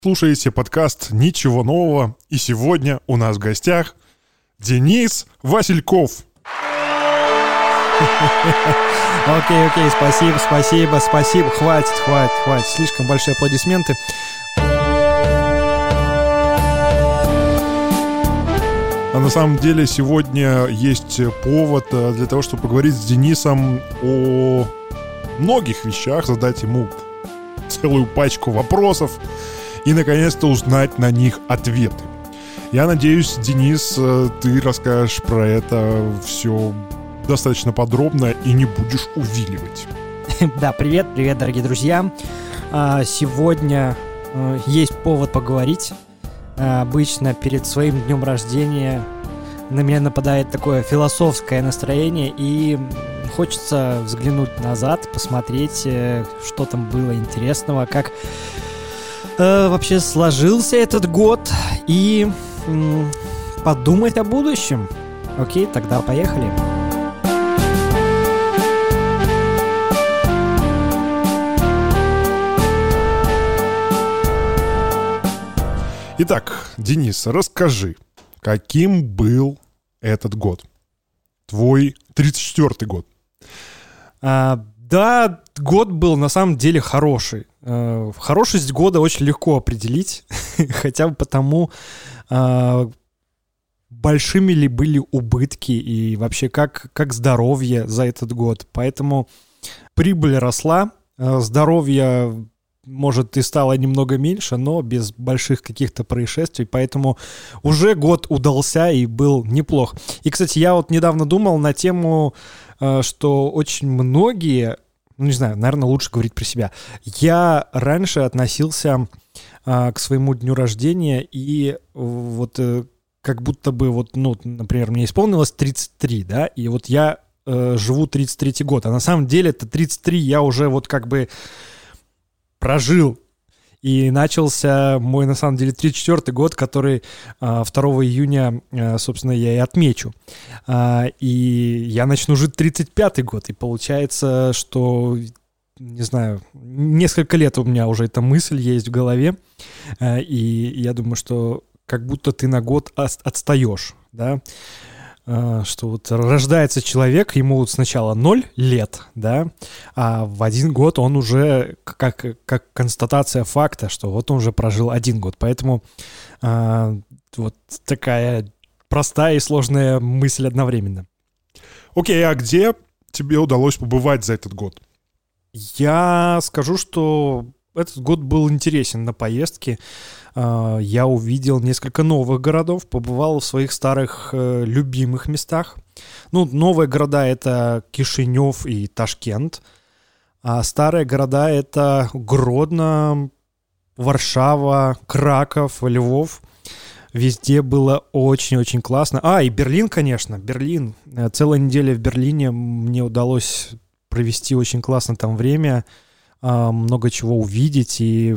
Слушаете подкаст «Ничего нового», и сегодня у нас в гостях Денис Васильков. Окей, спасибо. Хватит. Слишком большие аплодисменты. А на самом деле сегодня есть повод для того, чтобы поговорить с Денисом о многих вещах, задать ему целую пачку вопросов и, наконец-то, узнать на них ответы. Я надеюсь, Денис, ты расскажешь про это все достаточно подробно и не будешь увиливать. Да, привет, дорогие друзья. Сегодня есть повод поговорить. Обычно перед своим днем рождения на меня нападает такое философское настроение, и хочется взглянуть назад, посмотреть, что там было интересного, как вообще сложился этот год, и подумать о будущем. Окей, тогда поехали. Итак, Денис, расскажи, каким был этот год? Твой 34-й год. Да, год был на самом деле хороший. Хорошесть года очень легко определить, хотя бы потому, большими ли были убытки и вообще как здоровье за этот год. Поэтому прибыль росла, здоровье, может, и стало немного меньше, но без больших каких-то происшествий, поэтому уже год удался и был неплох. И, кстати, я вот недавно думал на тему, что очень многие, не знаю, наверное, лучше говорить про себя. Я раньше относился к своему дню рождения и вот как будто бы вот, например, мне исполнилось 33, да, и вот я живу 33-й год, а на самом деле это 33 я уже вот как бы прожил. И начался мой, на самом деле, 34-й год, который 2 июня, собственно, я и отмечу. И я начну жить 35-й год. И получается, что, не знаю, несколько лет у меня уже эта мысль есть в голове. И я думаю, что как будто ты на год отстаешь, да? Что вот рождается человек, ему вот сначала 0 лет, да, а в 1 год он уже как констатация факта, что вот он уже прожил 1 год. Поэтому вот такая простая и сложная мысль одновременно. Окей, а где тебе удалось побывать за этот год? Я скажу, что этот год был интересен на поездке. Я увидел несколько новых городов, побывал в своих старых любимых местах. Новые города — это Кишинев и Ташкент, а старые города — это Гродно, Варшава, Краков, Львов. Везде было очень-очень классно. И Берлин, конечно, Берлин. Целая неделя в Берлине, мне удалось провести очень классно там время, много чего увидеть, и,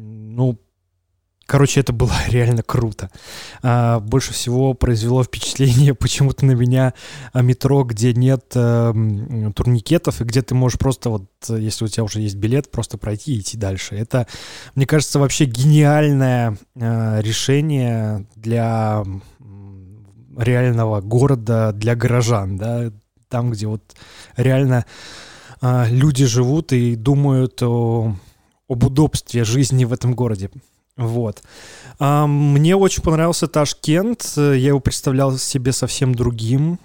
короче, это было реально круто. Больше всего произвело впечатление почему-то на меня метро, где нет турникетов, и где ты можешь просто, вот, если у тебя уже есть билет, просто пройти и идти дальше. Это, мне кажется, вообще гениальное решение для реального города, для горожан, да, там, где вот реально люди живут и думают об удобстве жизни в этом городе. Вот. Мне очень понравился Ташкент. Я его представлял себе совсем другим.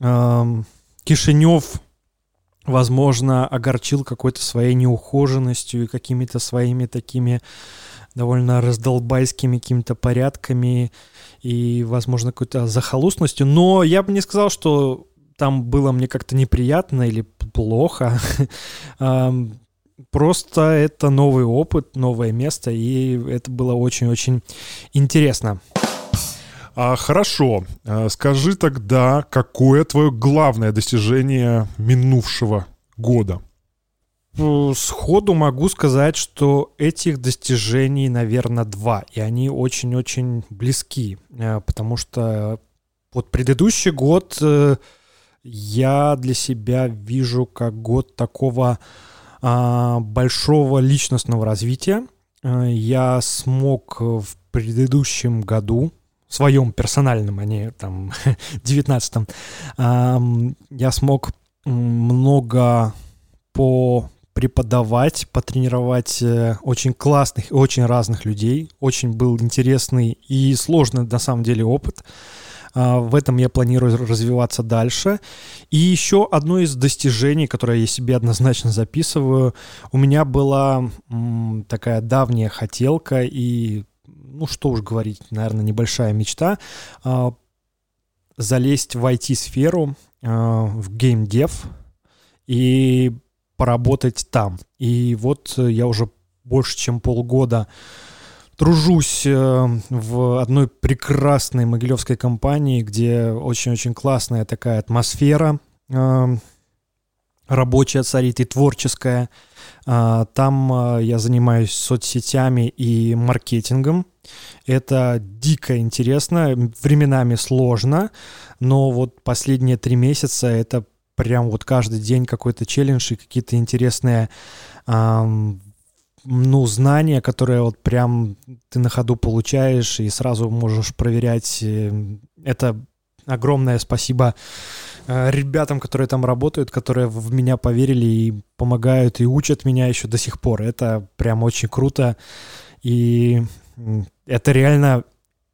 Кишинев, возможно, огорчил какой-то своей неухоженностью и какими-то своими такими довольно раздолбайскими какими-то порядками и, возможно, какой-то захолустностью. Но я бы не сказал, что там было мне как-то неприятно или плохо. Просто это новый опыт, новое место, и это было очень-очень интересно. Хорошо. Скажи тогда, какое твое главное достижение минувшего года? Сходу могу сказать, что этих достижений, наверное, 2, и они очень-очень близки, потому что вот предыдущий год я для себя вижу как год такого большого личностного развития, я смог в предыдущем году, в своем персональном, а не там 19-м, я смог много преподавать, потренировать очень классных и очень разных людей. Очень был интересный и сложный на самом деле опыт. В этом я планирую развиваться дальше. И еще одно из достижений, которое я себе однозначно записываю, у меня была такая давняя хотелка и, ну что уж говорить, наверное, небольшая мечта, залезть в IT-сферу, в геймдев и поработать там. И вот я уже больше чем полгода тружусь в одной прекрасной могилевской компании, где очень-очень классная такая атмосфера рабочая царит и творческая. Там я занимаюсь соцсетями и маркетингом. Это дико интересно, временами сложно, но вот последние 3 месяца это прям вот каждый день какой-то челлендж и какие-то интересные знания, которые вот прям ты на ходу получаешь и сразу можешь проверять. Это огромное спасибо ребятам, которые там работают, которые в меня поверили и помогают, и учат меня еще до сих пор. Это прям очень круто. И это реально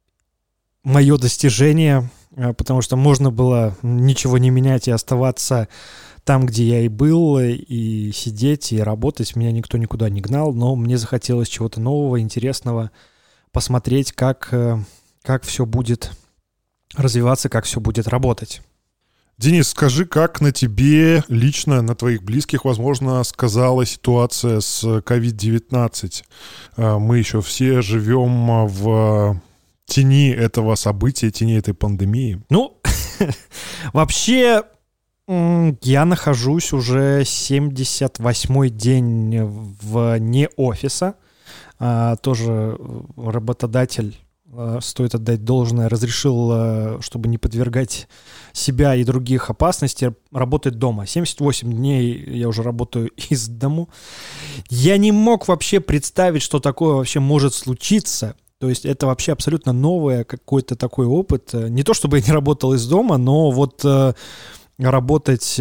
мое достижение, потому что можно было ничего не менять и оставаться там, где я и был, и сидеть, и работать. Меня никто никуда не гнал, но мне захотелось чего-то нового, интересного, посмотреть, как все будет развиваться, как все будет работать. Денис, скажи, как на тебе лично, на твоих близких, возможно, сказала ситуация с COVID-19? Мы еще все живем в тени этого события, тени этой пандемии. Ну, вообще, я нахожусь уже 78-й день вне офиса. Тоже работодатель, стоит отдать должное, разрешил, чтобы не подвергать себя и других опасности, работать дома. 78 дней я уже работаю из дому. Я не мог вообще представить, что такое вообще может случиться. То есть это вообще абсолютно новый какой-то такой опыт. Не то чтобы я не работал из дома, но вот работать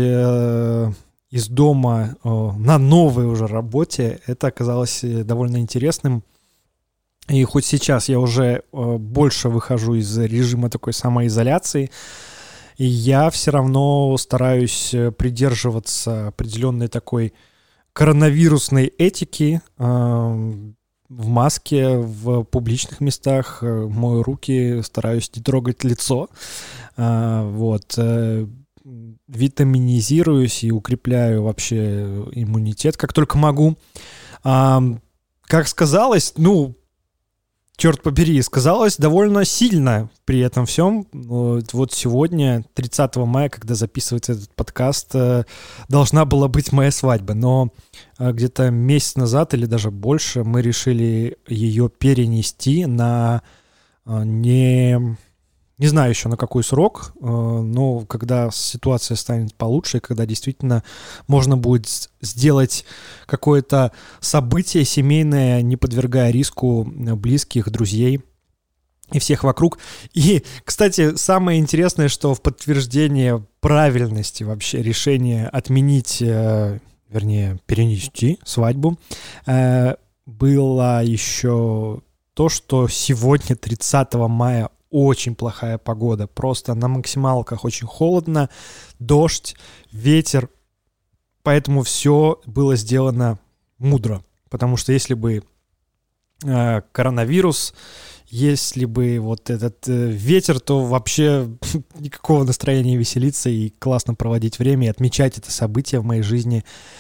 из дома на новой уже работе, это оказалось довольно интересным. И хоть сейчас я уже больше выхожу из режима такой самоизоляции, и я все равно стараюсь придерживаться определенной такой коронавирусной этики, в маске, в публичных местах, мою руки, стараюсь не трогать лицо, вот, витаминизируюсь и укрепляю вообще иммунитет, как только могу. Как сказалось, черт побери, сказалось довольно сильно при этом всем. Вот сегодня, 30 мая, когда записывается этот подкаст, должна была быть моя свадьба, но где-то месяц назад или даже больше мы решили ее перенести на не знаю еще на какой срок, но когда ситуация станет получше, когда действительно можно будет сделать какое-то событие семейное, не подвергая риску близких, друзей и всех вокруг. И, кстати, самое интересное, что в подтверждение правильности вообще решения отменить, вернее, перенести свадьбу, было еще то, что сегодня, 30 мая, очень плохая погода, просто на максималках очень холодно, дождь, ветер, поэтому все было сделано мудро, потому что если бы коронавирус, если бы вот этот ветер, то вообще никакого настроения веселиться и классно проводить время и отмечать это событие в моей жизни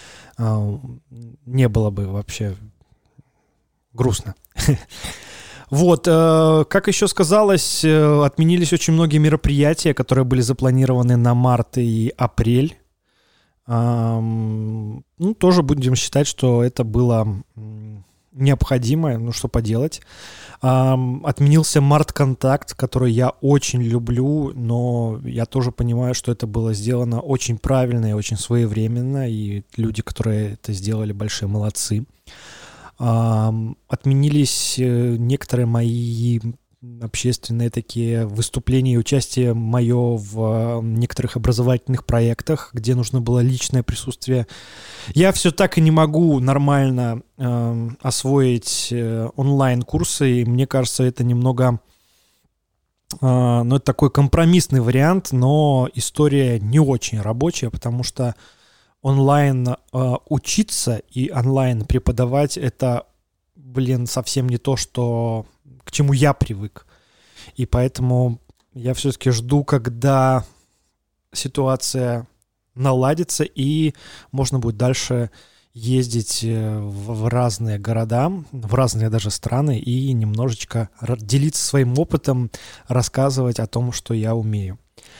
не было бы вообще грустно. Вот, как еще сказалось, отменились очень многие мероприятия, которые были запланированы на март и апрель. Тоже будем считать, что это было необходимо, что поделать. Отменился Март-контакт, который я очень люблю, но я тоже понимаю, что это было сделано очень правильно и очень своевременно, и люди, которые это сделали, большие молодцы. Отменились некоторые мои общественные такие выступления и участие мое в некоторых образовательных проектах, где нужно было личное присутствие. Я все так и не могу нормально освоить онлайн-курсы, и мне кажется, это немного... это такой компромиссный вариант, но история не очень рабочая, потому что онлайн учиться и онлайн преподавать — это, совсем не то, к чему я привык. И поэтому я все-таки жду, когда ситуация наладится и можно будет дальше ездить в разные города, в разные даже страны и немножечко делиться своим опытом, рассказывать о том, что я умею.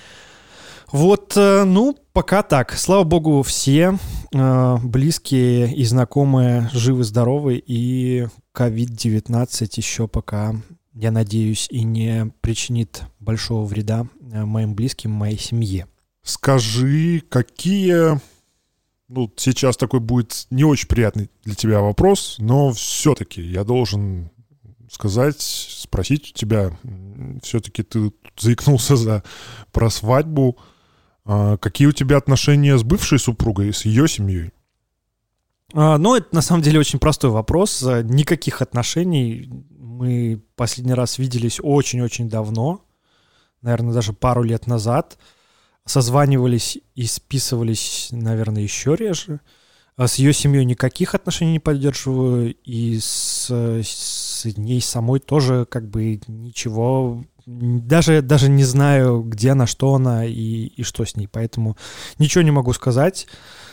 Пока так. Слава богу, все близкие и знакомые живы-здоровы, и COVID-19 еще пока, я надеюсь, и не причинит большого вреда моим близким, моей семье. Скажи, какие... сейчас такой будет не очень приятный для тебя вопрос, но все-таки я должен спросить у тебя, все-таки ты заикнулся про свадьбу. Какие у тебя отношения с бывшей супругой, с ее семьей? Это на самом деле очень простой вопрос. Никаких отношений. Мы последний раз виделись очень-очень давно, наверное, даже пару лет назад. Созванивались и списывались, наверное, еще реже. С ее семьей никаких отношений не поддерживаю, и с ней самой тоже ничего... Даже не знаю, где она, что она и что с ней. Поэтому ничего не могу сказать.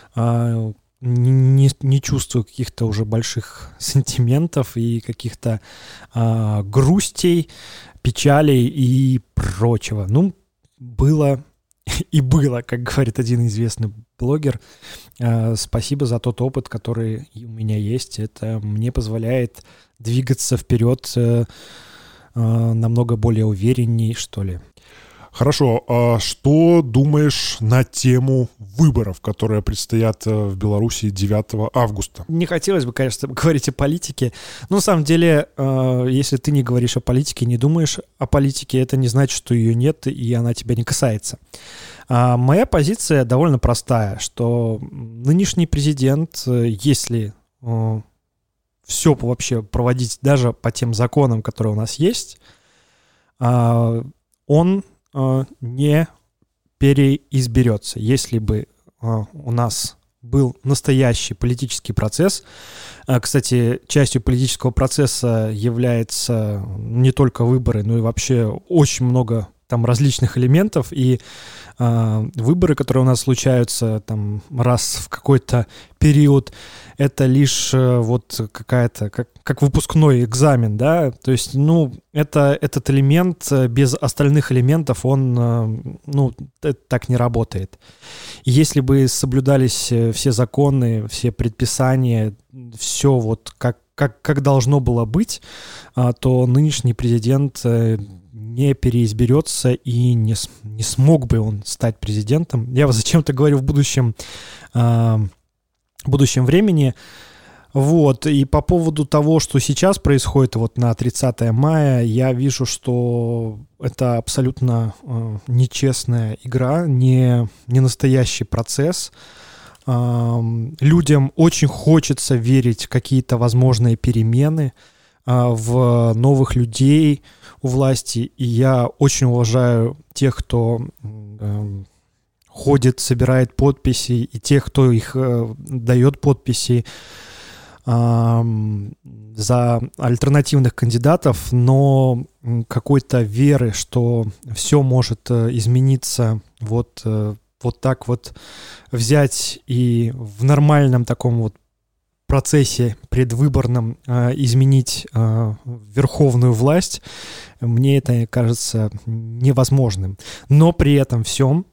Не чувствую каких-то уже больших сантиментов и каких-то грустей, печалей и прочего. Было и было, как говорит один известный блогер. Спасибо за тот опыт, который у меня есть. Это мне позволяет двигаться вперед намного более уверенней, что ли. Хорошо. А что думаешь на тему выборов, которые предстоят в Беларуси 9 августа? Не хотелось бы, конечно, говорить о политике. Но на самом деле, если ты не говоришь о политике, не думаешь о политике, это не значит, что ее нет и она тебя не касается. Моя позиция довольно простая, что нынешний президент, если все вообще проводить даже по тем законам, которые у нас есть, он не переизберется. Если бы у нас был настоящий политический процесс, кстати, частью политического процесса является не только выборы, но и вообще очень много там различных элементов, и выборы, которые у нас случаются там раз в какой-то период, это лишь какая-то, как выпускной экзамен, да, то есть, этот элемент без остальных элементов, он, так не работает. И если бы соблюдались все законы, все предписания, все как должно было быть, то нынешний президент не переизберется и не смог бы он стать президентом. Я зачем-то говорю в будущем времени. И по поводу того, что сейчас происходит на 30 мая, я вижу, что это абсолютно нечестная игра, не настоящий процесс. Людям очень хочется верить в какие-то возможные перемены, в новых людей у власти, и я очень уважаю тех, кто ходит, собирает подписи, и тех, кто их дает подписи за альтернативных кандидатов, но какой-то веры, что все может измениться вот так взять и в нормальном таком процессе предвыборном изменить верховную власть, мне это кажется невозможным. Но при этом всем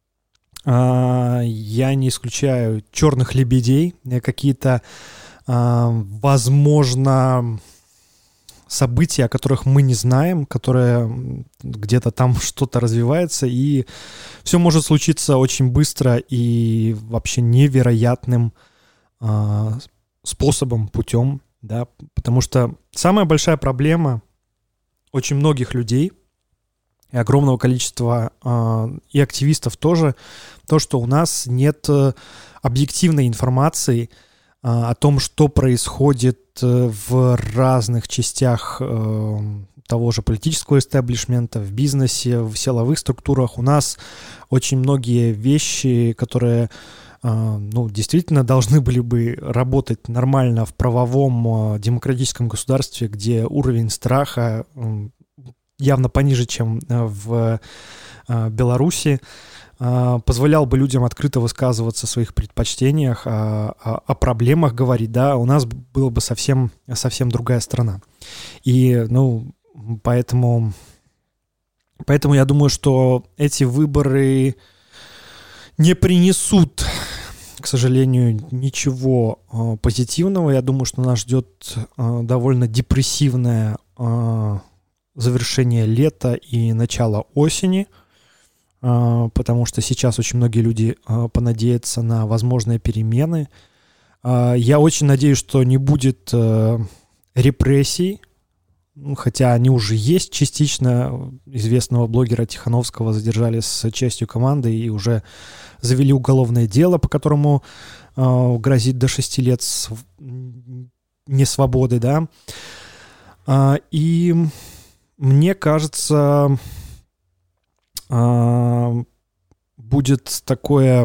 я не исключаю черных лебедей, какие-то, возможно, события, о которых мы не знаем, которые где-то там что-то развивается, и все может случиться очень быстро и вообще невероятным способом, путем. да, потому что самая большая проблема очень многих людей и огромного количества и активистов тоже, то, что у нас нет объективной информации о том, что происходит в разных частях того же политического истеблишмента, в бизнесе, в силовых структурах. У нас очень многие вещи, которые действительно должны были бы работать нормально в правовом демократическом государстве, где уровень страха явно пониже, чем в Беларуси, позволял бы людям открыто высказываться о своих предпочтениях, о проблемах говорить, да, у нас была бы совсем другая страна. И, поэтому я думаю, что эти выборы не принесут, к сожалению, ничего позитивного. Я думаю, что нас ждет довольно депрессивное завершение лета и начало осени, потому что сейчас очень многие люди понадеются на возможные перемены. Я очень надеюсь, что не будет репрессий, хотя они уже есть частично. Известного блогера Тихановского задержали с частью команды и уже завели уголовное дело, по которому грозит до 6 лет несвободы, да. И мне кажется, будет такой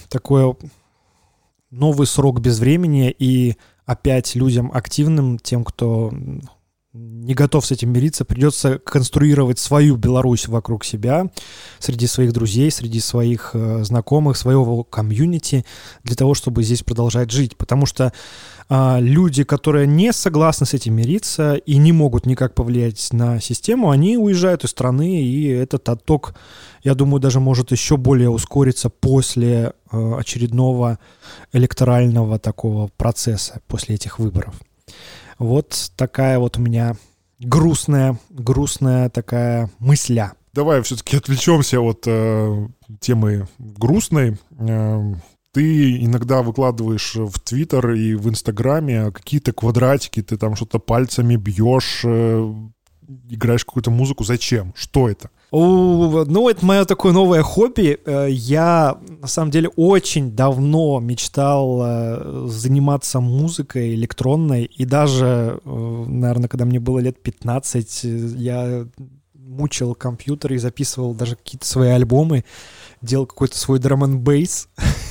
новый срок безвремени, и опять людям активным, тем, кто не готов с этим мириться, придется конструировать свою Беларусь вокруг себя, среди своих друзей, среди своих знакомых, своего комьюнити, для того, чтобы здесь продолжать жить. Потому что люди, которые не согласны с этим мириться и не могут никак повлиять на систему, они уезжают из страны, и этот отток, я думаю, даже может еще более ускориться после очередного электорального такого процесса, после этих выборов. Вот такая вот у меня грустная такая мысля. Давай все-таки отвлечемся от темы грустной. Ты иногда выкладываешь в Твиттер и в Инстаграме какие-то квадратики, ты там что-то пальцами бьешь, играешь какую-то музыку. Зачем? Что это? Это мое такое новое хобби. Я, на самом деле, очень давно мечтал заниматься музыкой электронной. И даже, наверное, когда мне было лет 15, я мучил компьютер и записывал даже какие-то свои альбомы, делал какой-то свой драм-н-бейс.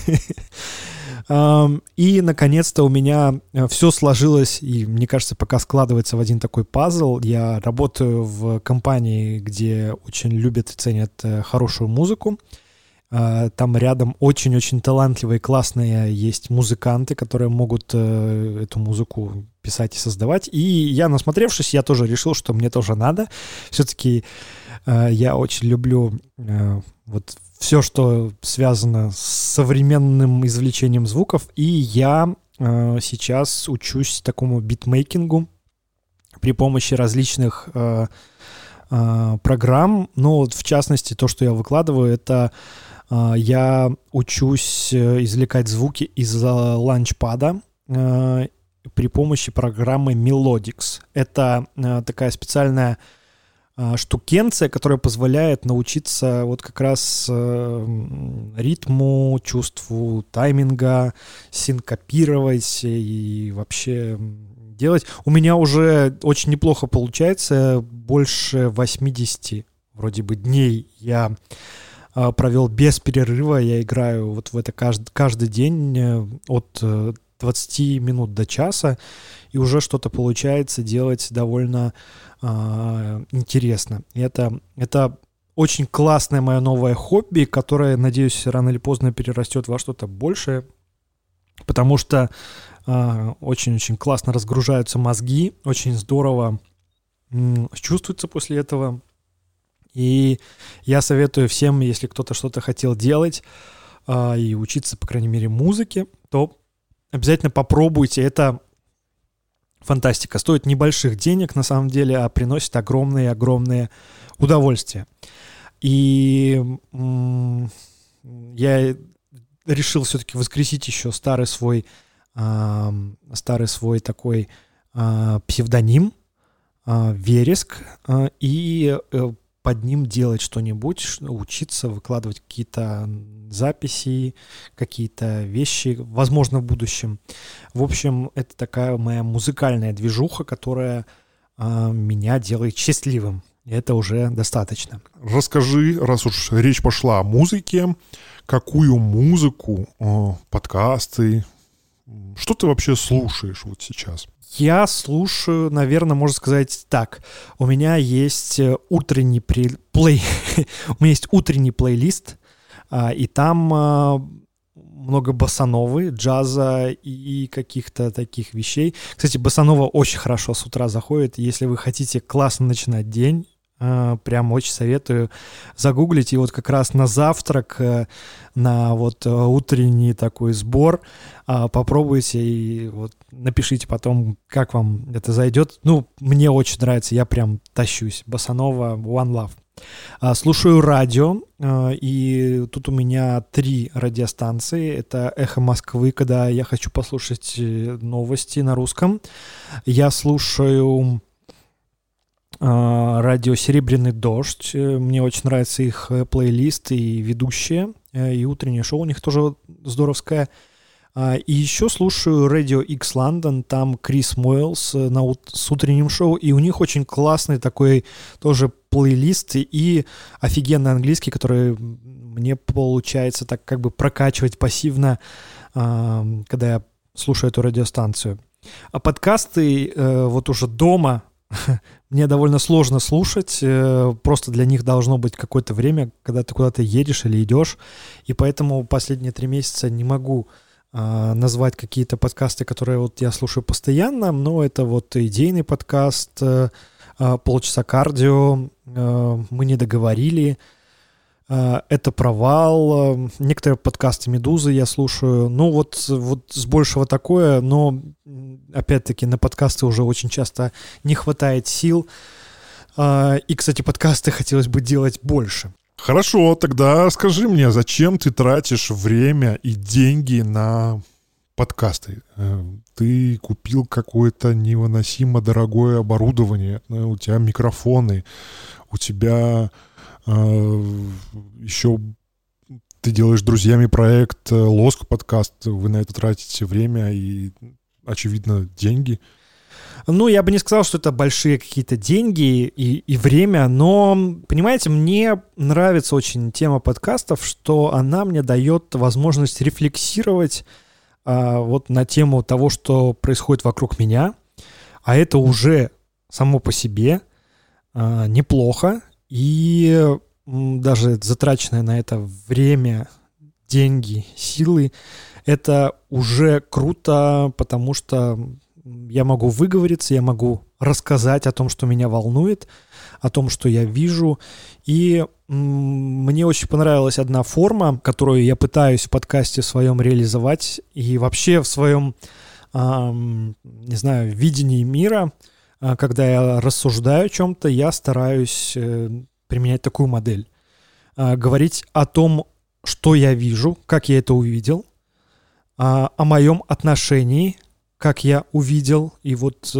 И, наконец-то, у меня все сложилось, и, мне кажется, пока складывается в один такой пазл. Я работаю в компании, где очень любят и ценят хорошую музыку. Там рядом очень-очень талантливые, классные есть музыканты, которые могут эту музыку писать и создавать. И я, насмотревшись, я тоже решил, что мне тоже надо. Все-таки я очень люблю все, что связано с современным извлечением звуков, и я сейчас учусь такому битмейкингу при помощи различных программ. В частности, то, что я выкладываю, это я учусь извлекать звуки из ланчпада при помощи программы Melodics. Это такая специальная штукенция, которая позволяет научиться вот как раз ритму, чувству тайминга, синкопировать и вообще делать. У меня уже очень неплохо получается. Больше 80 вроде бы дней я провел без перерыва. Я играю вот в это каждый день от 20 минут до часа, и уже что-то получается делать довольно интересно. Это очень классное мое новое хобби, которое, надеюсь, рано или поздно перерастет во что-то большее, потому что очень-очень классно разгружаются мозги, очень здорово чувствуется после этого. И я советую всем, если кто-то что-то хотел делать и учиться, по крайней мере, музыке, то обязательно попробуйте. Это фантастика. Стоит небольших денег, на самом деле, а приносит огромные-огромные удовольствия. И я решил все-таки воскресить еще старый свой такой псевдоним Вереск, и под ним делать что-нибудь, учиться, выкладывать какие-то записи, какие-то вещи, возможно, в будущем. В общем, это такая моя музыкальная движуха, которая меня делает счастливым. И это уже достаточно. Расскажи, раз уж речь пошла о музыке, какую музыку, подкасты, что ты вообще слушаешь вот сейчас? Я слушаю, наверное, можно сказать так. У меня есть утренний у меня есть утренний плейлист, и там много боссановы, джаза и каких-то таких вещей. Кстати, боссанова очень хорошо с утра заходит. Если вы хотите классно начинать день, прям очень советую загуглить. И вот как раз на завтрак, на вот утренний такой сбор попробуйте и вот напишите потом, как вам это зайдет. Ну, мне очень нравится, я прям тащусь. Боссанова One Love. Слушаю радио, и тут у меня 3 радиостанции. Это «Эхо Москвы», когда я хочу послушать новости на русском. Я слушаю радио «Серебряный дождь». Мне очень нравится их плейлист и ведущие, и утреннее шоу у них тоже здоровское. И еще слушаю Radio X London, там Крис Мойлс с утренним шоу, и у них очень классный такой тоже плейлист и офигенный английский, который мне получается так как бы прокачивать пассивно, когда я слушаю эту радиостанцию. А подкасты вот уже дома мне довольно сложно слушать, просто для них должно быть какое-то время, когда ты куда-то едешь или идешь, и поэтому последние 3 месяца не могу назвать какие-то подкасты, которые вот я слушаю постоянно, но это вот идейный подкаст, полчаса кардио, мы не договорили, это провал, некоторые подкасты «Медузы» я слушаю, ну вот с большего такое, но опять-таки на подкасты уже очень часто не хватает сил, и, кстати, подкасты хотелось бы делать больше. Хорошо, тогда скажи мне, зачем ты тратишь время и деньги на подкасты? Ты купил какое-то невыносимо дорогое оборудование, у тебя микрофоны, у тебя еще ты делаешь с друзьями проект «Лоск подкаст», вы на это тратите время и, очевидно, деньги. Ну, я бы не сказал, что это большие какие-то деньги и время, но, понимаете, мне нравится очень тема подкастов, что она мне дает возможность рефлексировать вот на тему того, что происходит вокруг меня, а это уже само по себе неплохо, и даже затраченное на это время, деньги, силы, это уже круто, потому что я могу выговориться, я могу рассказать о том, что меня волнует, о том, что я вижу. И мне очень понравилась одна форма, которую я пытаюсь в подкасте своем реализовать и вообще в своем, не знаю, видении мира. Когда я рассуждаю о чем-то, я стараюсь применять такую модель. Говорить о том, что я вижу, как я это увидел, о моем отношении, как я увидел, и вот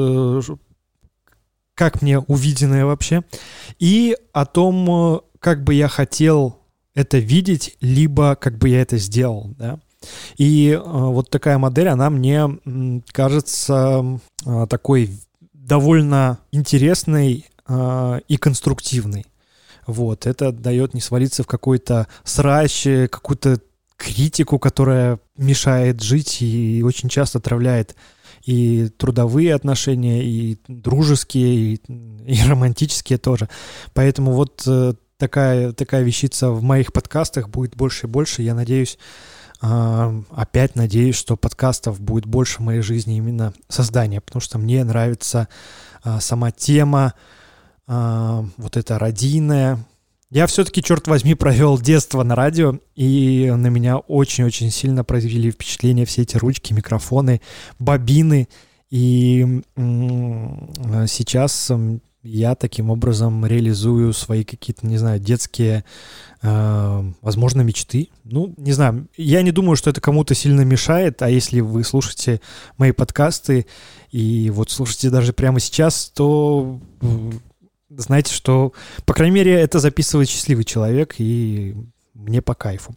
как мне увиденное вообще, и о том, как бы я хотел это видеть, либо как бы я это сделал, да. И вот такая модель, она мне кажется такой довольно интересной и конструктивной. Вот, это дает не свалиться в какой-то срач, какую-то критику, которая мешает жить и очень часто отравляет и трудовые отношения, и дружеские, и романтические тоже. Поэтому вот такая вещица в моих подкастах будет больше и больше. Я надеюсь, опять надеюсь, что подкастов будет больше в моей жизни именно создания, потому что мне нравится сама тема, вот эта радийная. Я все-таки, черт возьми, провел детство на радио, и на меня очень-очень сильно произвели впечатление все эти ручки, микрофоны, бобины. И сейчас я таким образом реализую свои какие-то, не знаю, детские, возможно, мечты. Ну, не знаю, я не думаю, что это кому-то сильно мешает, а если вы слушаете мои подкасты и вот слушаете даже прямо сейчас, то знаете, что, по крайней мере, это записывает счастливый человек, и мне по кайфу.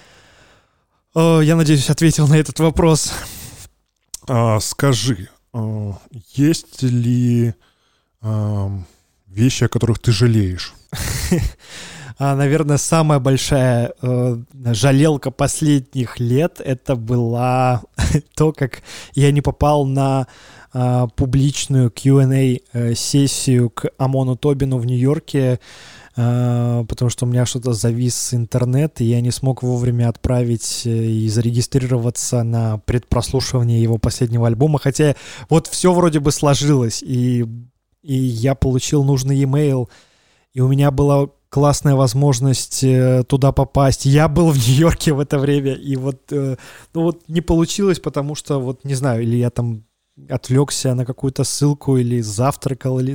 Я надеюсь, ответил на этот вопрос. Скажи, есть ли вещи, о которых ты жалеешь? Наверное, самая большая жалелка последних лет — это была то, как я не попал на публичную Q&A-сессию к Амону Тобину в Нью-Йорке, потому что у меня что-то завис интернет, и я не смог вовремя отправить и зарегистрироваться на предпрослушивание его последнего альбома, хотя вот все вроде бы сложилось, и я получил нужный e-mail, и у меня была классная возможность туда попасть. Я был в Нью-Йорке в это время, и вот не получилось, потому что, вот не знаю, или я там отвлекся на какую-то ссылку, или завтракал, или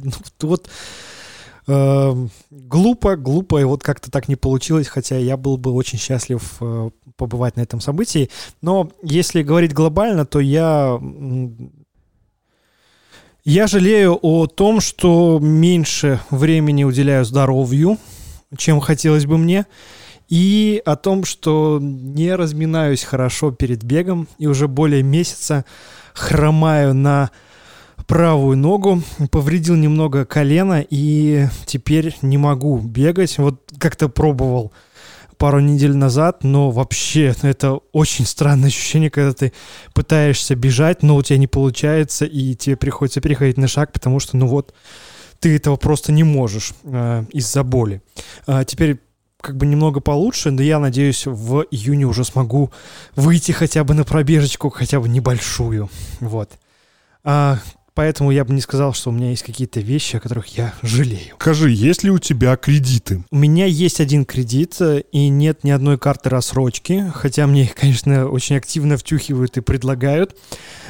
глупо, и вот как-то так не получилось, хотя я был бы очень счастлив побывать на этом событии. Но если говорить глобально, то я жалею о том, что меньше времени уделяю здоровью, чем хотелось бы мне, и о том, что не разминаюсь хорошо перед бегом, и уже более месяца хромаю на правую ногу, повредил немного колено, и теперь не могу бегать. Вот как-то пробовал пару недель назад, но вообще это очень странное ощущение, когда ты пытаешься бежать, но у тебя не получается, и тебе приходится переходить на шаг, потому что, ты этого просто не можешь из-за боли. Теперь как бы немного получше, но я надеюсь, в июне уже смогу выйти хотя бы на пробежечку, хотя бы небольшую. Вот. Поэтому я бы не сказал, что у меня есть какие-то вещи, о которых я жалею. Скажи, есть ли у тебя кредиты? У меня есть один кредит, и нет ни одной карты рассрочки, хотя мне их, конечно, очень активно втюхивают и предлагают.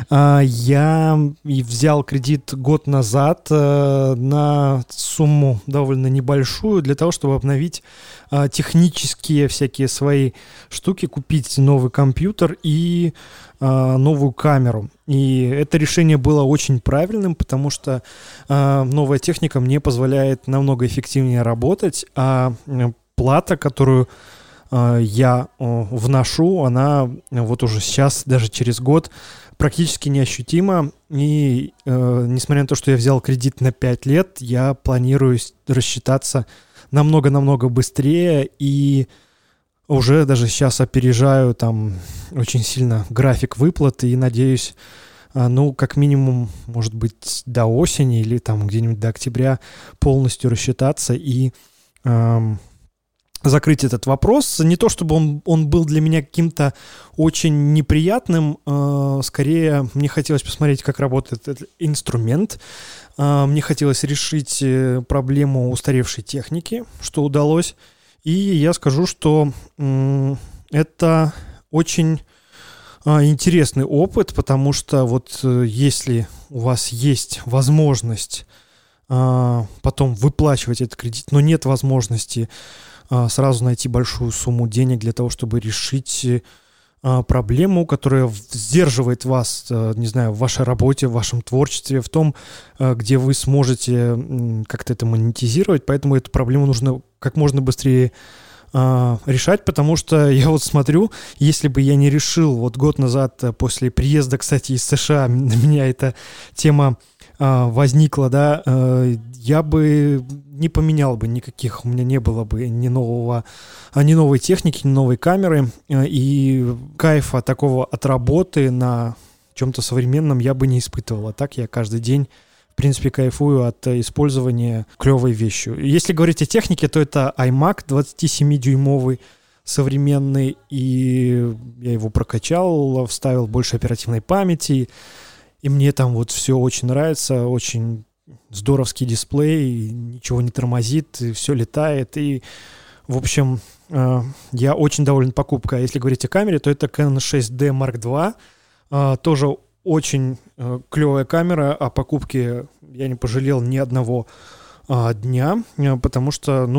Я взял кредит год назад на сумму довольно небольшую для того, чтобы обновить технические всякие свои штуки, купить новый компьютер и новую камеру. И это решение было очень правильным, потому что новая техника мне позволяет намного эффективнее работать, а плата, которую я вношу, она вот уже сейчас, даже через год, практически неощутима. И несмотря на то, что я взял кредит на 5 лет, я планирую рассчитаться намного-намного быстрее, и уже даже сейчас опережаю там очень сильно график выплаты, и надеюсь, как минимум, может быть, до осени или там где-нибудь до октября полностью рассчитаться и закрыть этот вопрос. Не то чтобы он был для меня каким-то очень неприятным, скорее мне хотелось посмотреть, как работает этот инструмент. Мне хотелось решить проблему устаревшей техники, что удалось. И я скажу, что это очень интересный опыт, потому что вот если у вас есть возможность потом выплачивать этот кредит, но нет возможности сразу найти большую сумму денег для того, чтобы решить проблему, которая сдерживает вас, не знаю, в вашей работе, в вашем творчестве, в том, где вы сможете как-то это монетизировать. Поэтому эту проблему нужно как можно быстрее решать, потому что я вот смотрю, если бы я не решил вот год назад после приезда, кстати, из США, на меня эта тема возникла, да, я бы не поменял бы никаких, у меня не было бы ни новой техники, ни новой камеры, и кайфа такого от работы на чем-то современном я бы не испытывал. А так я каждый день, в принципе, кайфую от использования клевой вещью. Если говорить о технике, то это iMac 27-дюймовый, современный, и я его прокачал, вставил больше оперативной памяти, и мне там вот все очень нравится, очень здоровский дисплей, ничего не тормозит, и все летает, и, в общем, я очень доволен покупкой. А если говорить о камере, то это Canon 6D Mark II, тоже очень клевая камера, о покупке я не пожалел ни одного дня, потому что,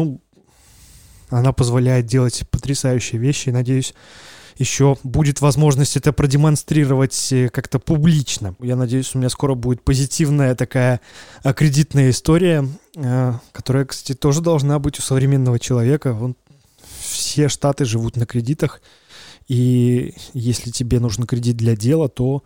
она позволяет делать потрясающие вещи, и, надеюсь, еще будет возможность это продемонстрировать как-то публично. Я надеюсь, у меня скоро будет позитивная такая кредитная история, которая, кстати, тоже должна быть у современного человека. Все штаты живут на кредитах, и если тебе нужен кредит для дела, то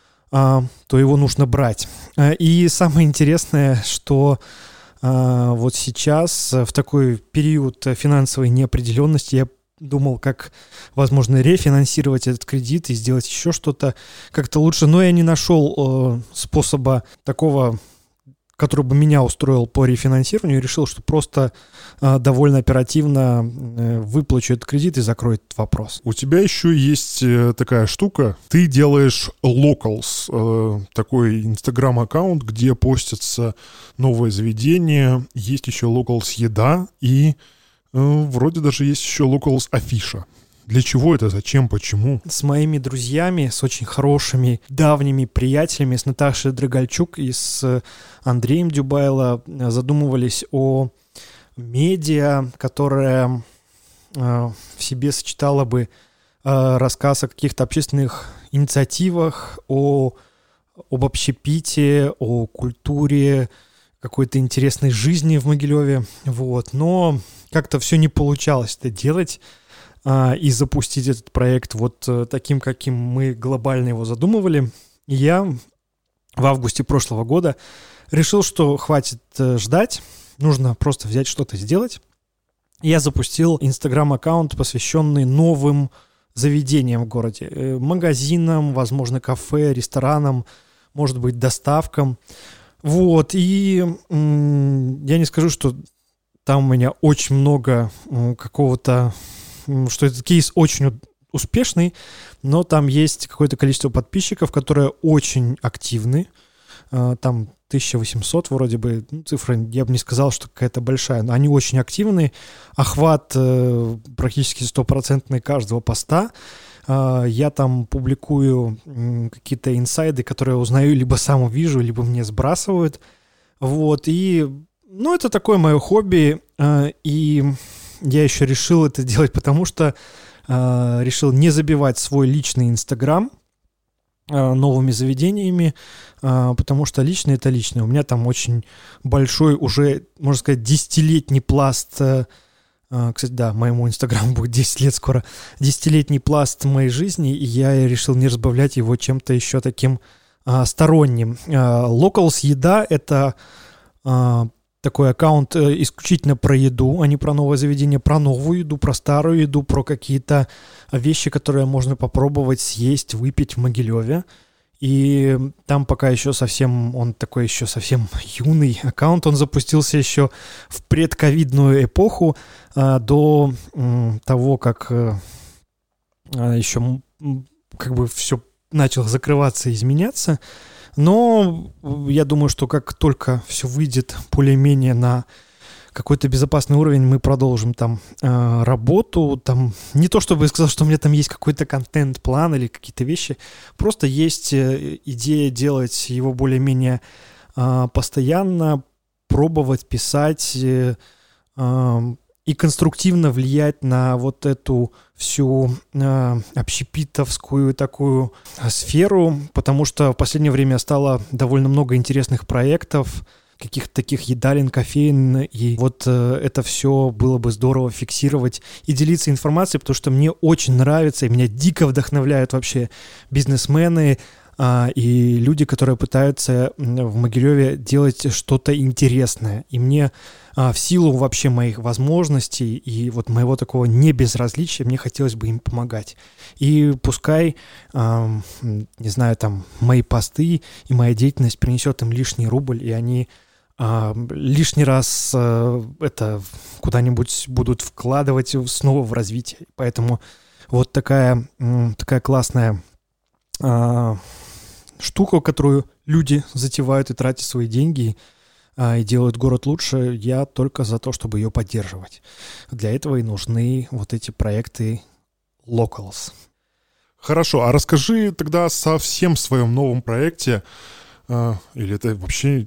его нужно брать. И самое интересное, что вот сейчас, в такой период финансовой неопределенности, я думал, как, возможно, рефинансировать этот кредит и сделать еще что-то как-то лучше, но я не нашел способа такого, который бы меня устроил по рефинансированию, и решил, что просто довольно оперативно выплачу этот кредит и закрою этот вопрос. У тебя еще есть такая штука. Ты делаешь Locals, такой инстаграм-аккаунт, где постятся новые заведения. Есть еще Locals еда и вроде даже есть еще Locals афиша. Для чего это? Зачем? Почему? С моими друзьями, с очень хорошими, давними приятелями, с Наташей Драгальчук и с Андреем Дюбайло задумывались о медиа, которая в себе сочетала бы рассказ о каких-то общественных инициативах, об общепите, о культуре, какой-то интересной жизни в Могилеве. Но как-то все не получалось это делать и запустить этот проект вот таким, каким мы глобально его задумывали. И я в августе прошлого года решил, что хватит ждать, нужно просто взять что-то сделать. И я запустил инстаграм-аккаунт, посвященный новым заведениям в городе. Магазинам, возможно, кафе, ресторанам, может быть, доставкам. И я не скажу, что там у меня очень много какого-то, что этот кейс очень успешный, но там есть какое-то количество подписчиков, которые очень активны. Там 1800 вроде бы, цифра, я бы не сказал, что какая-то большая, но они очень активны. Охват практически 100% каждого поста. Я там публикую какие-то инсайды, которые узнаю, либо сам увижу, либо мне сбрасывают. Это такое мое хобби, и я еще решил это делать, потому что решил не забивать свой личный Инстаграм новыми заведениями, потому что личное — это личное. У меня там очень большой уже, можно сказать, 10-летний пласт. Кстати, да, моему Инстаграму будет 10 лет скоро. 10-летний пласт моей жизни, и я решил не разбавлять его чем-то еще таким сторонним. Locals еда — это такой аккаунт исключительно про еду, а не про новое заведение, про новую еду, про старую еду, про какие-то вещи, которые можно попробовать, съесть, выпить в Могилеве. И там пока еще он такой еще совсем юный аккаунт, он запустился еще в предковидную эпоху, до того, как еще как бы все начало закрываться и изменяться. Но я думаю, что как только все выйдет более-менее на какой-то безопасный уровень, мы продолжим там работу. Там не то чтобы я сказал, что у меня там есть какой-то контент-план или какие-то вещи, просто есть идея делать его более-менее постоянно, пробовать писать и конструктивно влиять на вот эту всю общепитовскую такую сферу, потому что в последнее время стало довольно много интересных проектов, каких-то таких едалин, кофеин, и это все было бы здорово фиксировать и делиться информацией, потому что мне очень нравится, и меня дико вдохновляют вообще бизнесмены и люди, которые пытаются в Могилеве делать что-то интересное. И мне в силу вообще моих возможностей и моего такого небезразличия, мне хотелось бы им помогать. И пускай, не знаю, там мои посты и моя деятельность принесет им лишний рубль, и они лишний раз это куда-нибудь будут вкладывать снова в развитие. Поэтому вот такая классная штука, которую люди затевают и тратят свои деньги и делают город лучше, я только за то, чтобы ее поддерживать. Для этого и нужны вот эти проекты Locals. Хорошо, а расскажи тогда о совсем своем новом проекте, или это вообще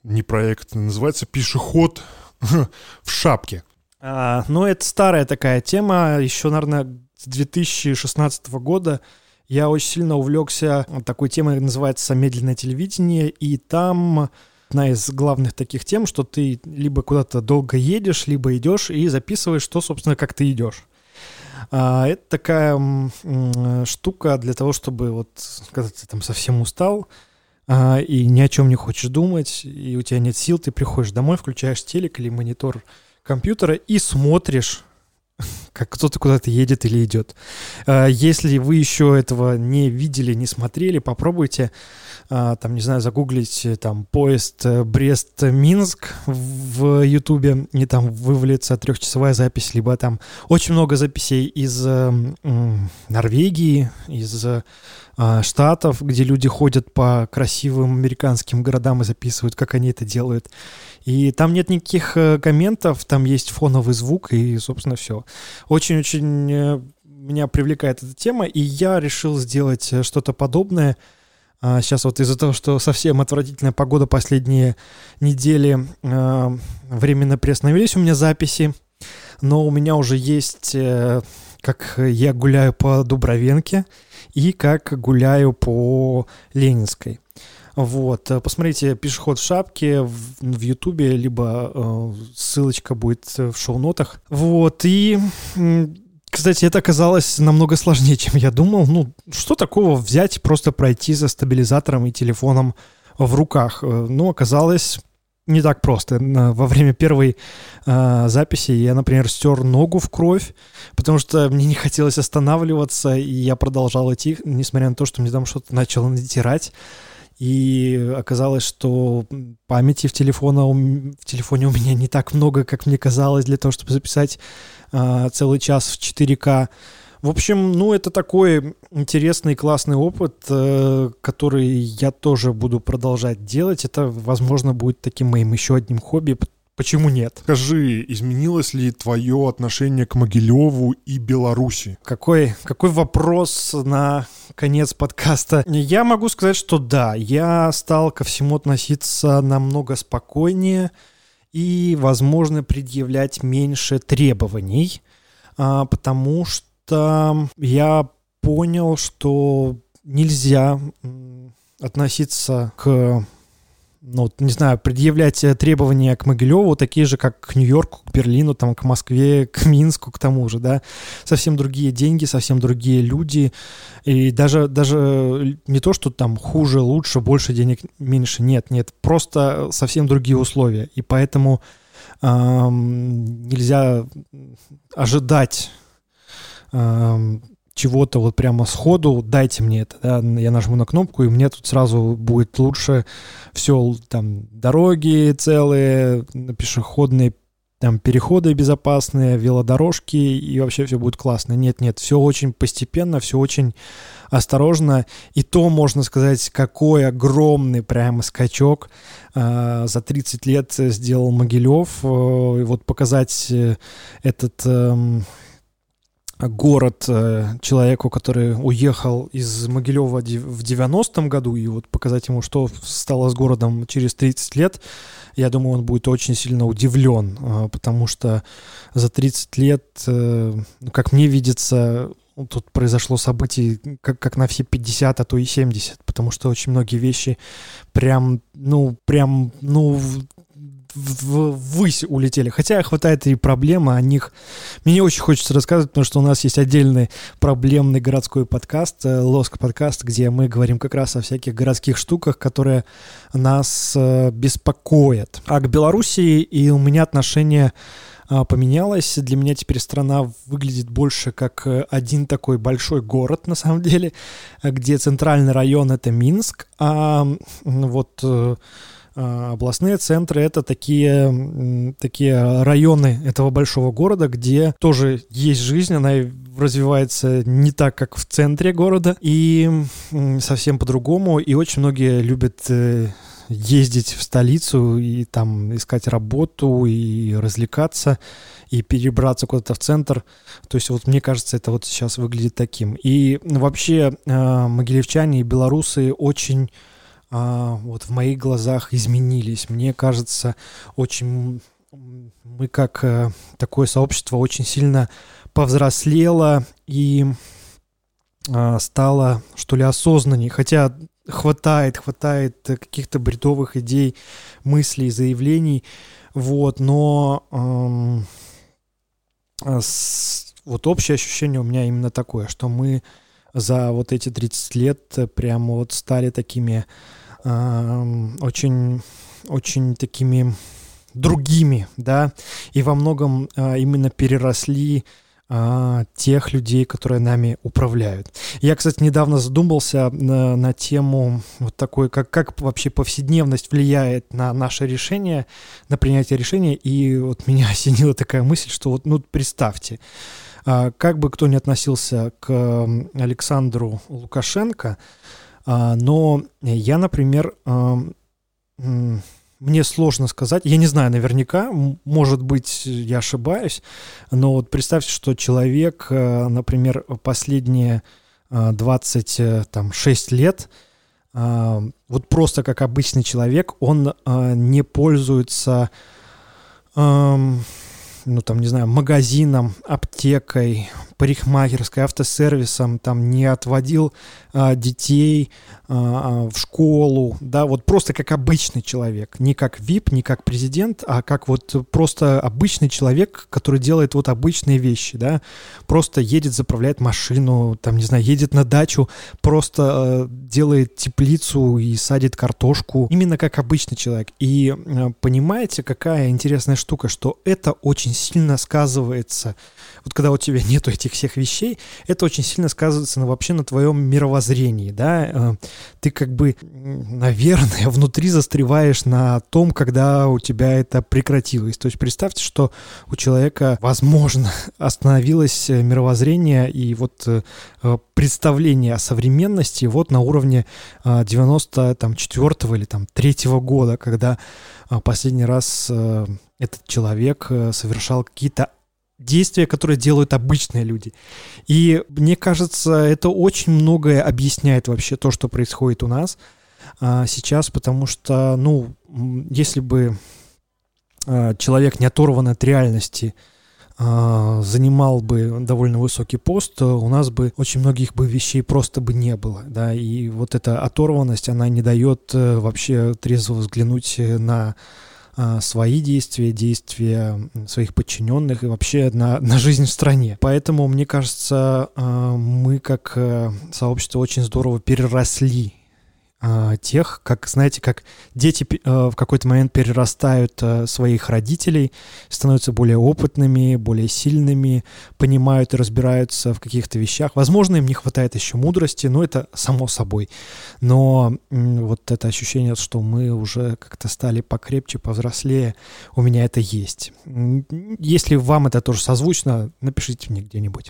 не проект, называется «Пешеход в шапке». Ну, это старая такая тема. Еще, наверное, с 2016 года я очень сильно увлекся такой темой, называется «Медленное телевидение», и там одна из главных таких тем, что ты либо куда-то долго едешь, либо идешь и записываешь, что, собственно, как ты идешь. Это такая штука для того, чтобы вот, когда ты там совсем устал и ни о чем не хочешь думать, и у тебя нет сил, ты приходишь домой, включаешь телек или монитор компьютера и смотришь, как кто-то куда-то едет или идет. Если вы еще этого не видели, не смотрели, попробуйте, там, не знаю, загуглить там поезд Брест-Минск в Ютубе, и там вывалится 3-часовая запись, либо там очень много записей из Норвегии, из Штатов, где люди ходят по красивым американским городам и записывают, как они это делают. И там нет никаких комментов, там есть фоновый звук, и, собственно, все. Очень-очень меня привлекает эта тема, и я решил сделать что-то подобное. Сейчас вот из-за того, что совсем отвратительная погода последние недели, временно приостановились у меня записи, но у меня уже есть, как я гуляю по Дубровенке и как гуляю по Ленинской. Вот, посмотрите «Пешеход в шапке» в Ютубе, либо ссылочка будет в шоу-нотах. Вот, и, кстати, это оказалось намного сложнее, чем я думал. Ну, что такого взять и просто пройти со стабилизатором и телефоном в руках? Ну, оказалось не так просто. Во время первой записи я, например, стер ногу в кровь, потому что мне не хотелось останавливаться, и я продолжал идти, несмотря на то, что мне там что-то начало натирать. И оказалось, что памяти в телефоне у меня не так много, как мне казалось, для того, чтобы записать целый час в 4К. В общем, ну, это такой интересный, классный опыт, который я тоже буду продолжать делать. Это, возможно, будет таким моим еще одним хобби. Почему нет? Скажи, изменилось ли твое отношение к Могилеву и Беларуси? Какой вопрос на конец подкаста? Я могу сказать, что да, я стал ко всему относиться намного спокойнее и, возможно, предъявлять меньше требований, потому что я понял, что нельзя относиться к... Ну, не знаю, предъявлять требования к Могилеву такие же, как к Нью-Йорку, к Берлину, там, к Москве, к Минску, к тому же, да. Совсем другие деньги, совсем другие люди. И даже не то, что там хуже, лучше, больше денег, меньше. Нет. Просто совсем другие условия. И поэтому нельзя ожидать чего-то вот прямо сходу, дайте мне это, да? Я нажму на кнопку, и мне тут сразу будет лучше все, там, дороги целые, пешеходные, там, переходы безопасные, велодорожки, и вообще все будет классно. Нет, все очень постепенно, все очень осторожно, и то, можно сказать, какой огромный прямо скачок за 30 лет сделал Могилев, и вот показать этот... город человеку, который уехал из Могилева в 90-м году, и вот показать ему, что стало с городом через 30 лет, я думаю, он будет очень сильно удивлен, потому что за 30 лет, как мне видится, тут произошло событий как на все 50, а то и 70, потому что очень многие вещи прям ввысь улетели. Хотя хватает и проблем, о них мне не очень хочется рассказывать, потому что у нас есть отдельный проблемный городской подкаст, Лоск подкаст, где мы говорим как раз о всяких городских штуках, которые нас беспокоят. А к Белоруссии и у меня отношение поменялось. Для меня теперь страна выглядит больше как один такой большой город, на самом деле, где центральный район — это Минск, а вот... областные центры — это такие районы этого большого города, где тоже есть жизнь, она развивается не так, как в центре города, и совсем по-другому, и очень многие любят ездить в столицу и там искать работу, и развлекаться, и перебраться куда-то в центр. То есть вот мне кажется, это вот сейчас выглядит таким. И вообще могилевчане и белорусы очень вот в моих глазах изменились. Мне кажется, мы как такое сообщество очень сильно повзрослело и стало, что ли, осознаннее. Хотя хватает каких-то бредовых идей, мыслей, заявлений. Вот, но вот общее ощущение у меня именно такое, что мы за вот эти 30 лет прямо вот стали такими очень, очень такими другими, да, и во многом именно переросли тех людей, которые нами управляют. Я, кстати, недавно задумался на тему вот такой, как вообще повседневность влияет на наше решение, на принятие решения, и вот меня осенила такая мысль, что вот, ну, представьте, как бы кто ни относился к Александру Лукашенко, но я, например, мне сложно сказать, я не знаю наверняка, может быть, я ошибаюсь, но вот представьте, что человек, например, последние 26 лет, вот просто как обычный человек, он не пользуется, ну, там, не знаю, магазином, аптекой, парикмахерской, автосервисом, там, не отводил детей в школу, да, вот просто как обычный человек, не как VIP, не как президент, а как вот просто обычный человек, который делает вот обычные вещи, да, просто едет, заправляет машину, там, не знаю, едет на дачу, просто делает теплицу и садит картошку, именно как обычный человек. И понимаете, какая интересная штука, что это очень сильно сказывается, вот когда у тебя нету этих всех вещей, это очень сильно сказывается вообще на твоем мировоззрении, да, ты как бы, наверное, внутри застреваешь на том, когда у тебя это прекратилось. То есть представьте, что у человека, возможно, остановилось мировоззрение и вот представление о современности вот на уровне 94-го или там 3-го года, когда последний раз этот человек совершал какие-то действия, которые делают обычные люди. И мне кажется, это очень многое объясняет вообще то, что происходит у нас сейчас, потому что, ну, если бы человек, не оторван от реальности, занимал бы довольно высокий пост, то у нас бы очень многих бы вещей просто бы не было, да, и вот эта оторванность, она не дает вообще трезво взглянуть на свои действия своих подчиненных и вообще на жизнь в стране. Поэтому, мне кажется, мы как сообщество очень здорово переросли тех, как, знаете, как дети в какой-то момент перерастают своих родителей, становятся более опытными, более сильными, понимают и разбираются в каких-то вещах. Возможно, им не хватает еще мудрости, но это само собой. Но вот это ощущение, что мы уже как-то стали покрепче, повзрослее, у меня это есть. Если вам это тоже созвучно, напишите мне где-нибудь.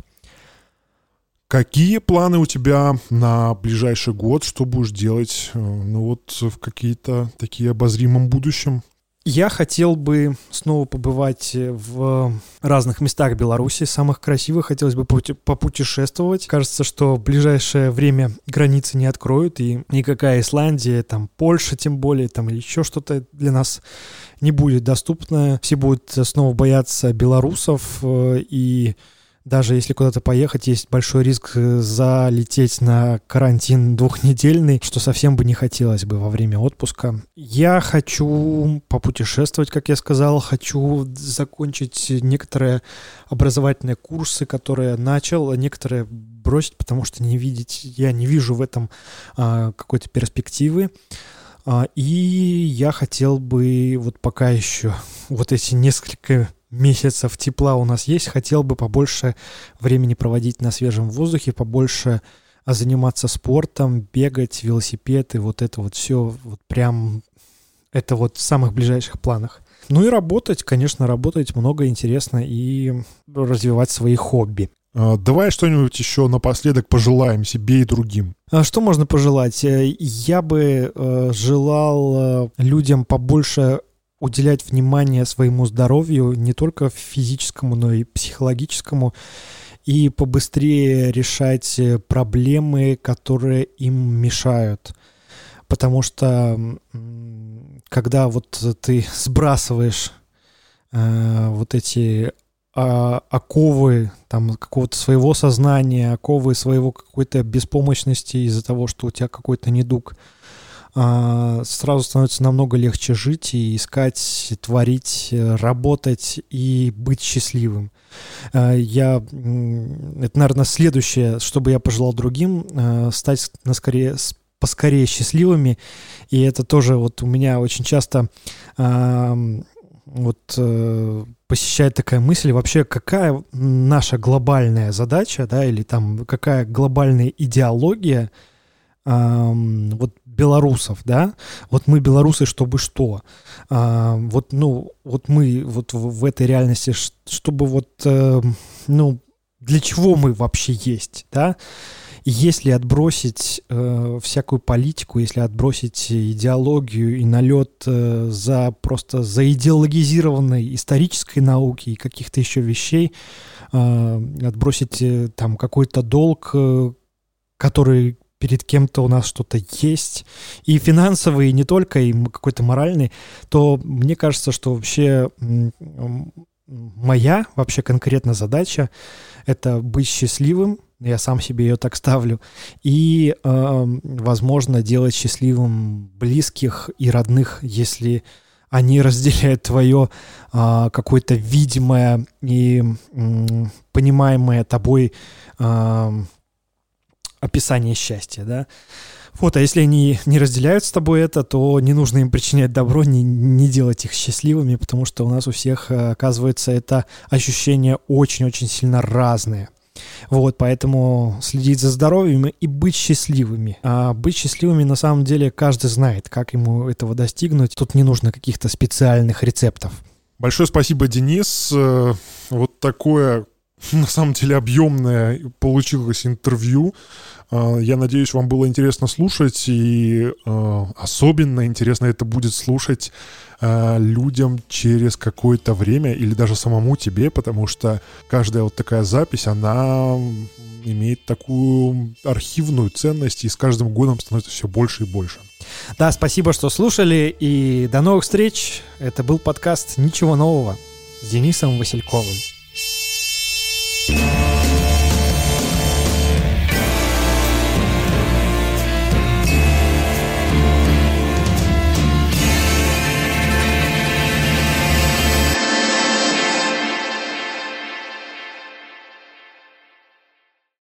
Какие планы у тебя на ближайший год? Что будешь делать, ну вот, в какие-то такие обозримом будущем? Я хотел бы снова побывать в разных местах Беларуси, самых красивых. Хотелось бы попутешествовать. Кажется, что в ближайшее время границы не откроют, и никакая Исландия, там Польша тем более, там или еще что-то для нас не будет доступно. Все будут снова бояться белорусов, и даже если куда-то поехать, есть большой риск залететь на карантин 2-недельный, что совсем бы не хотелось бы во время отпуска. Я хочу попутешествовать, как я сказал, хочу закончить некоторые образовательные курсы, которые начал, а некоторые бросить, потому что я не вижу в этом какой-то перспективы. И я хотел бы вот пока еще вот эти несколько месяцев тепла у нас есть, хотел бы побольше времени проводить на свежем воздухе, побольше заниматься спортом, бегать, велосипед и вот это вот все, вот прям это вот в самых ближайших планах. Ну и работать, конечно, работать много, интересно и развивать свои хобби. Давай что-нибудь еще напоследок пожелаем себе и другим. Что можно пожелать? Я бы желал людям побольше уделять внимание своему здоровью, не только физическому, но и психологическому, и побыстрее решать проблемы, которые им мешают. потому что когда вот ты сбрасываешь вот эти оковы там какого-то своего сознания, оковы своего какой-то беспомощности из-за того, что у тебя какой-то недуг, сразу становится намного легче жить и искать, творить, работать и быть счастливым. Это, наверное, следующее, что бы я пожелал другим, стать поскорее счастливыми. И это тоже вот у меня очень часто посещает такая мысль, вообще какая наша глобальная задача, да, или там какая глобальная идеология вот белорусов, да, вот мы белорусы, чтобы что, вот мы вот в этой реальности, чтобы для чего мы вообще есть, да, и если отбросить всякую политику, если отбросить идеологию и налет просто за идеологизированной исторической науки и каких-то еще вещей, отбросить там какой-то долг, который перед кем-то у нас что-то есть, и финансовый, и не только, и какой-то моральный, то мне кажется, что вообще моя вообще конкретно задача — это быть счастливым, я сам себе ее так ставлю, и, возможно, делать счастливым близких и родных, если они разделяют твое какое-то видимое и понимаемое тобой описание счастья, да. Вот, а если они не разделяют с тобой это, то не нужно им причинять добро, не делать их счастливыми, потому что у нас у всех, оказывается, это ощущение очень-очень сильно разное. Вот, поэтому следить за здоровьем и быть счастливыми. А быть счастливыми, на самом деле, каждый знает, как ему этого достигнуть. Тут не нужно каких-то специальных рецептов. Большое спасибо, Денис. Вот такое, на самом деле, объемное получилось интервью. Я надеюсь, вам было интересно слушать, и особенно интересно это будет слушать людям через какое-то время или даже самому тебе, потому что каждая вот такая запись, она имеет такую архивную ценность и с каждым годом становится все больше и больше. Да, спасибо, что слушали, и до новых встреч. Это был подкаст «Ничего нового» с Денисом Васильковым.